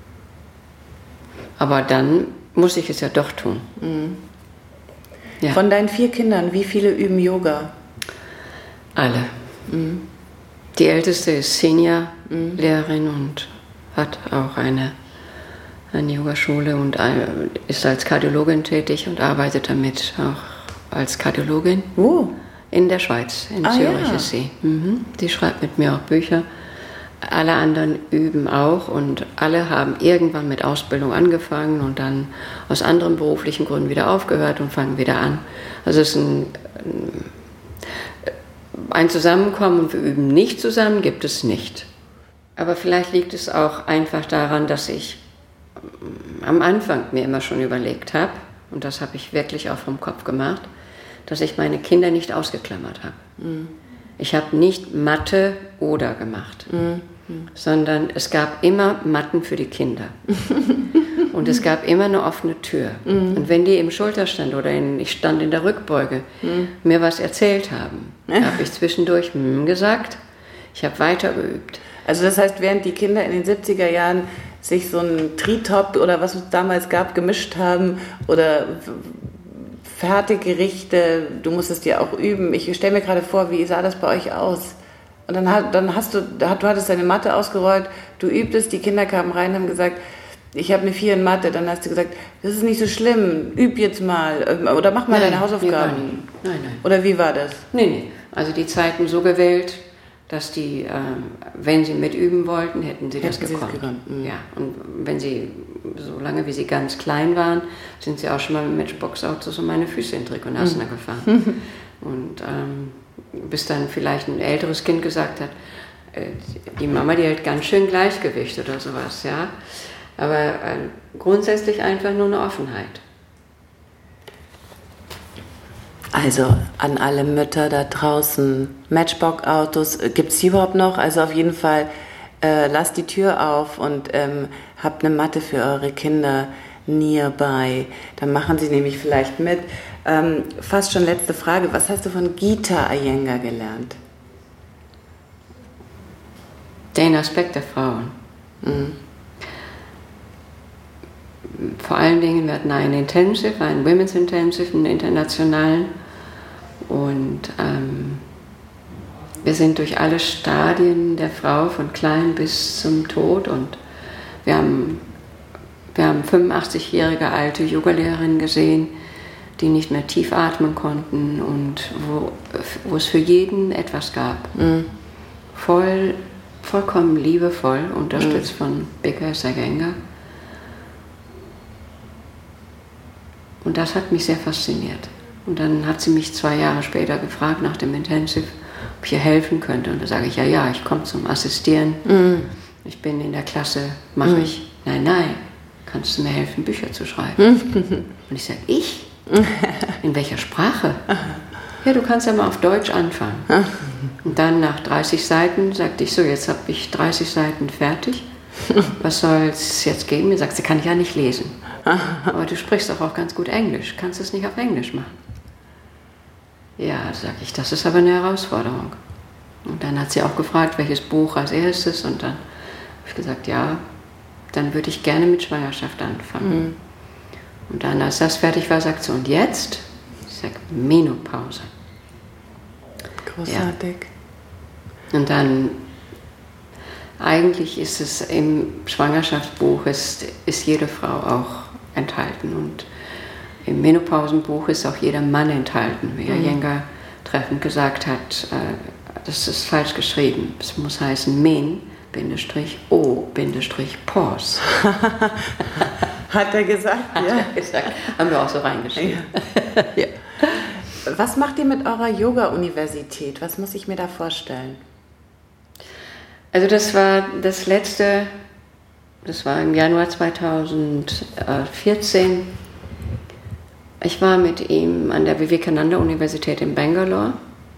Aber dann muss ich es ja doch tun. Ja. Von deinen 4 Kindern, wie viele üben Yoga? Alle. Die älteste ist Senior-Lehrerin und hat auch eine Yogaschule und ist als Kardiologin tätig und arbeitet damit auch als Kardiologin. Wo? In der Schweiz, in Zürich ist sie. Die schreibt mit mir auch Bücher. alle anderen üben auch und alle haben irgendwann mit Ausbildung angefangen und dann aus anderen beruflichen Gründen wieder aufgehört und fangen wieder an. Also es ist ein Zusammenkommen und wir üben nicht zusammen, gibt es nicht. Aber vielleicht liegt es auch einfach daran, dass ich am Anfang mir immer schon überlegt habe, und das habe ich wirklich auch vom Kopf gemacht, dass ich meine Kinder nicht ausgeklammert habe. Mhm. Ich habe nicht Mathe oder gemacht, sondern es gab immer Matten für die Kinder. Und es gab immer eine offene Tür. Und wenn die im Schulterstand oder ich stand in der Rückbeuge, mir was erzählt haben, habe ich zwischendurch gesagt, ich habe weiter geübt. Also das heißt, während die Kinder in den 70er Jahren sich so ein Tritop oder was es damals gab, gemischt haben oder Fertiggerichte, du musstest ja auch üben. Ich stelle mir gerade vor, wie sah das bei euch aus? Und dann hast du hattest deine Matte ausgerollt, du übtest, die Kinder kamen rein und haben gesagt, ich habe eine 4 in Mathe. Dann hast du gesagt, das ist nicht so schlimm, üb jetzt mal oder mach mal deine Hausaufgaben. Nein. Oder wie war das? Nee. Also die Zeiten so gewählt, dass die, wenn sie mitüben wollten, hätten sie das gekonnt. Ja, und wenn sie, so lange wie sie ganz klein waren, sind sie auch schon mal mit Matchbox-Autos und meine Füße in Trikonassner gefahren. Und bis dann vielleicht ein älteres Kind gesagt hat, die Mama, die hält ganz schön Gleichgewicht oder sowas, ja. Aber grundsätzlich einfach nur eine Offenheit. Also an alle Mütter da draußen, Matchbox-Autos, gibt es die überhaupt noch? Also auf jeden Fall lasst die Tür auf und habt eine Matte für eure Kinder nearby. Dann machen sie nämlich vielleicht mit. Fast schon letzte Frage, was hast du von Gita Iyengar gelernt? Den Aspekt der Frauen. Vor allen Dingen, wir hatten einen Intensive, einen Women's Intensive, einen internationalen. Und wir sind durch alle Stadien der Frau, von klein bis zum Tod. Und wir haben 85-jährige alte Yoga-Lehrerinnen gesehen, die nicht mehr tief atmen konnten und wo es für jeden etwas gab. Vollkommen liebevoll, unterstützt von Bikkas Iyengar. Und das hat mich sehr fasziniert. Und dann hat sie mich 2 Jahre später gefragt nach dem Intensive, ob ich ihr helfen könnte. Und da sage ich, ja, ich komme zum Assistieren. Ich bin in der Klasse, mache ich. Nein, kannst du mir helfen, Bücher zu schreiben? Und ich sage, ich? In welcher Sprache? Ja, du kannst ja mal auf Deutsch anfangen. Und dann nach 30 Seiten sagte ich, so, jetzt habe ich 30 Seiten fertig. Was soll es jetzt geben? Mir sagt sie, kann ich ja nicht lesen. Aber du sprichst doch auch ganz gut Englisch. Kannst du es nicht auf Englisch machen? Ja, sage ich, das ist aber eine Herausforderung. Und dann hat sie auch gefragt, welches Buch als erstes. Und dann habe ich gesagt, ja, dann würde ich gerne mit Schwangerschaft anfangen. Und dann, als das fertig war, sagt sie, und jetzt? Ich sage, Menopause. Großartig. Ja. Und dann, eigentlich ist es im Schwangerschaftsbuch, ist jede Frau auch enthalten. Und im Menopausenbuch ist auch jeder Mann enthalten, wie Iyengar treffend gesagt hat. Das ist falsch geschrieben. Es muss heißen Men-O-Pause. Hat er gesagt? Hat er gesagt. Haben wir auch so reingeschrieben. Ja. Was macht ihr mit eurer Yoga-Universität? Was muss ich mir da vorstellen? Also das war das letzte, das war im Januar 2014. Ich war mit ihm an der Vivekananda-Universität in Bangalore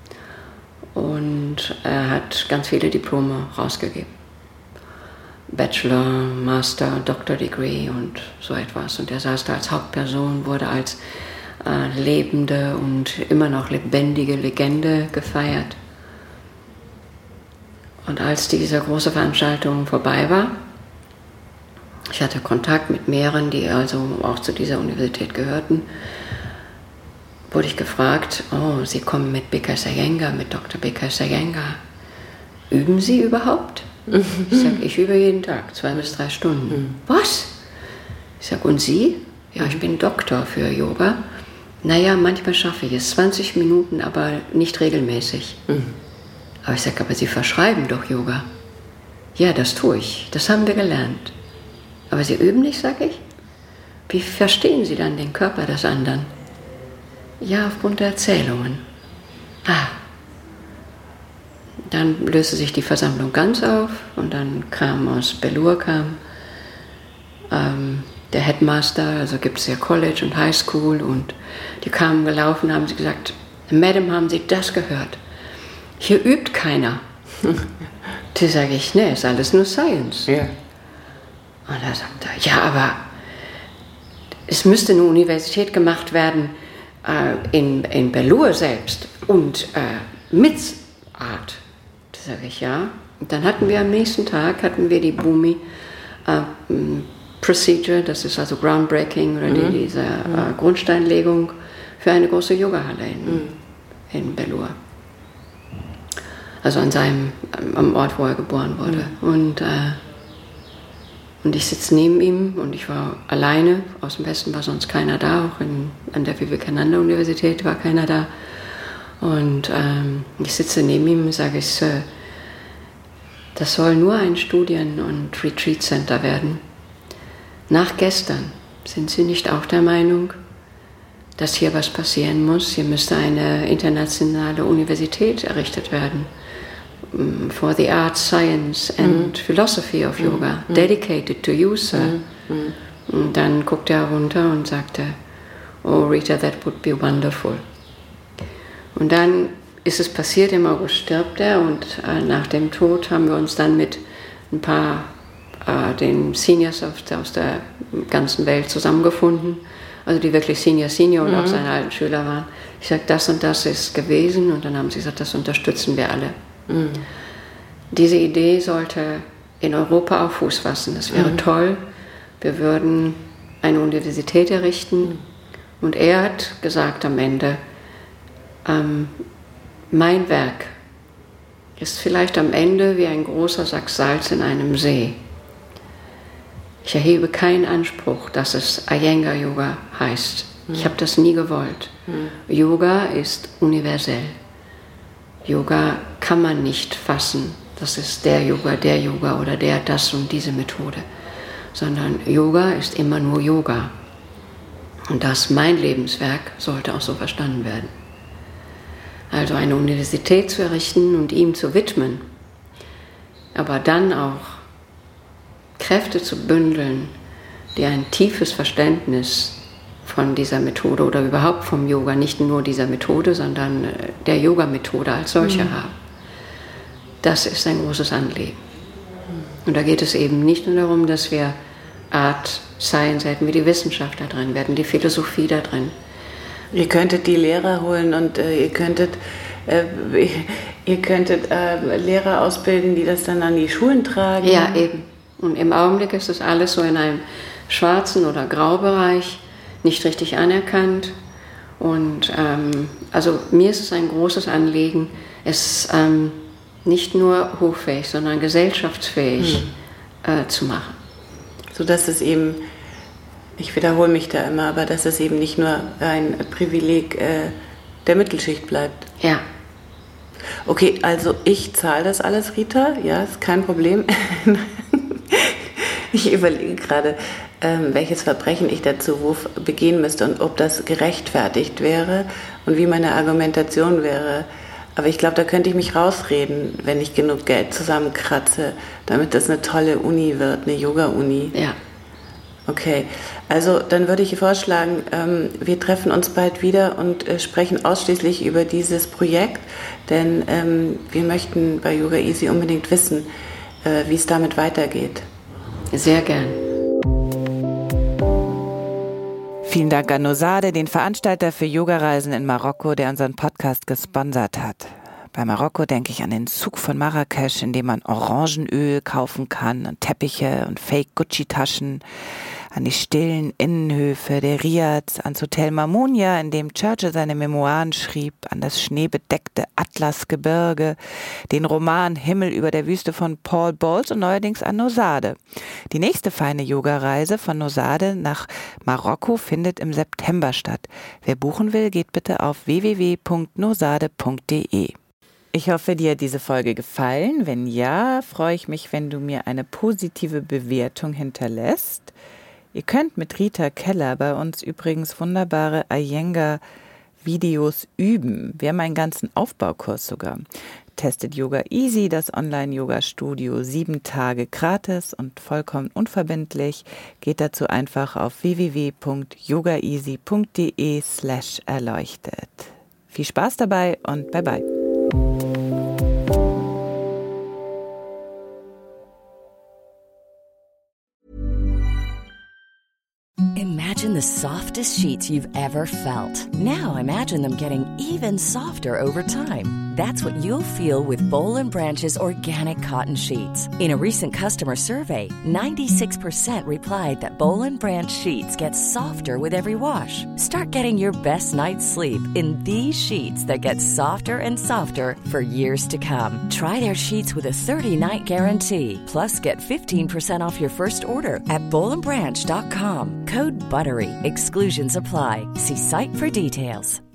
und er hat ganz viele Diplome rausgegeben. Bachelor, Master, Doctor Degree und so etwas. Und er saß da als Hauptperson, wurde als lebende und immer noch lebendige Legende gefeiert. Und als diese große Veranstaltung vorbei war, ich hatte Kontakt mit mehreren, die also auch zu dieser Universität gehörten, wurde ich gefragt, oh, Sie kommen mit Bikkas Iyengar, mit Dr. Bikkas Iyengar. Üben Sie überhaupt? Ich sage, ich übe jeden Tag, 2 bis 3 Stunden. Was? Ich sage, und Sie? Ja, ich bin Doktor für Yoga. Naja, manchmal schaffe ich es, 20 Minuten, aber nicht regelmäßig. Aber ich sage, aber Sie verschreiben doch Yoga. Ja, das tue ich. Das haben wir gelernt. Aber Sie üben nicht, sage ich. Wie verstehen Sie dann den Körper des anderen? Ja, aufgrund der Erzählungen. Dann löste sich die Versammlung ganz auf und dann kam aus Belur der Headmaster, also gibt es ja College und High School, und die kamen gelaufen, haben sie gesagt, Madam, haben Sie das gehört? Hier übt keiner. Da sage ich, ne, ist alles nur Science. Ja. Und da sagt er, ja, aber es müsste eine Universität gemacht werden in Belur selbst und mit Art. Da sage ich, ja. Und dann hatten wir am nächsten Tag die Bhumi Procedure, das ist also Groundbreaking oder diese Grundsteinlegung für eine große Yogahalle in Belur. Also am Ort, wo er geboren wurde. Und ich sitze neben ihm und ich war alleine. Aus dem Westen war sonst keiner da, auch an der Vivekananda-Universität war keiner da. Und ich sitze neben ihm und sage, Sir, das soll nur ein Studien- und Retreat-Center werden. Nach gestern sind Sie nicht auch der Meinung, dass hier was passieren muss? Hier müsste eine internationale Universität errichtet werden. For the art, science and philosophy of yoga, dedicated to you, sir. Und dann guckte er runter und sagte, oh Rita, that would be wonderful. Und dann ist es passiert, im August stirbt er, und nach dem Tod haben wir uns dann mit ein paar den Seniors aus der ganzen Welt zusammengefunden, also die wirklich Senior und auch seine alten Schüler waren. Ich sagte, das und das ist gewesen, und dann haben sie gesagt, das unterstützen wir alle. Diese Idee sollte in Europa auch Fuß fassen. Das wäre toll. Wir würden eine Universität errichten. Und er hat gesagt am Ende, mein Werk ist vielleicht am Ende wie ein großer Sack Salz in einem See. Ich erhebe keinen Anspruch, dass es Iyengar Yoga heißt. Ich habe das nie gewollt. Yoga ist universell. Yoga kann man nicht fassen, das ist der Yoga oder das und diese Methode, sondern Yoga ist immer nur Yoga. Und das, mein Lebenswerk, sollte auch so verstanden werden. Also eine Universität zu errichten und ihm zu widmen, aber dann auch Kräfte zu bündeln, die ein tiefes Verständnis von dieser Methode oder überhaupt vom Yoga, nicht nur dieser Methode, sondern der Yoga-Methode als solche haben. Das ist ein großes Anliegen. Und da geht es eben nicht nur darum, dass wir Art, Science, hätten wir die Wissenschaft da drin, wir hätten die Philosophie da drin. Ihr könntet die Lehrer holen und ihr könntet Lehrer ausbilden, die das dann an die Schulen tragen. Ja, eben. Und im Augenblick ist das alles so in einem schwarzen oder Graubereich, nicht richtig anerkannt. Und also mir ist es ein großes Anliegen, es nicht nur hochfähig, sondern gesellschaftsfähig zu machen. Sodass es eben, ich wiederhole mich da immer, aber dass es eben nicht nur ein Privileg der Mittelschicht bleibt. Ja. Okay, also ich zahle das alles, Rita, ja, ist kein Problem. Ich überlege gerade, welches Verbrechen ich dazu begehen müsste und ob das gerechtfertigt wäre und wie meine Argumentation wäre. Aber ich glaube, da könnte ich mich rausreden, wenn ich genug Geld zusammenkratze, damit das eine tolle Uni wird, eine Yoga-Uni. Ja. Okay, also dann würde ich vorschlagen, wir treffen uns bald wieder und sprechen ausschließlich über dieses Projekt, denn wir möchten bei Yoga Easy unbedingt wissen, wie es damit weitergeht. Sehr gern. Vielen Dank an Nozade, den Veranstalter für Yogareisen in Marokko, der unseren Podcast gesponsert hat. Bei Marokko denke ich an den Zug von Marrakesch, in dem man Orangenöl kaufen kann und Teppiche und Fake-Gucci-Taschen, an die stillen Innenhöfe der Riads, ans Hotel Mamounia, in dem Churchill seine Memoiren schrieb, an das schneebedeckte Atlasgebirge, den Roman Himmel über der Wüste von Paul Bowles und neuerdings an Nozade. Die nächste feine Yogareise von Nozade nach Marokko findet im September statt. Wer buchen will, geht bitte auf www.nozade.de. Ich hoffe, dir hat diese Folge gefallen. Wenn ja, freue ich mich, wenn du mir eine positive Bewertung hinterlässt. Ihr könnt mit Rita Keller bei uns übrigens wunderbare Iyengar-Videos üben. Wir haben einen ganzen Aufbaukurs sogar. Testet Yoga Easy, das Online-Yoga-Studio, 7 Tage gratis und vollkommen unverbindlich. Geht dazu einfach auf www.yogaeasy.de/erleuchtet. Viel Spaß dabei und bye bye. Imagine the softest sheets you've ever felt. Now imagine them getting even softer over time. That's what you'll feel with Boll & Branch's organic cotton sheets. In a recent customer survey, 96% replied that Boll & Branch sheets get softer with every wash. Start getting your best night's sleep in these sheets that get softer and softer for years to come. Try their sheets with a 30-night guarantee. Plus, get 15% off your first order at bollandbranch.com. Code BUTTERY. Exclusions apply. See site for details.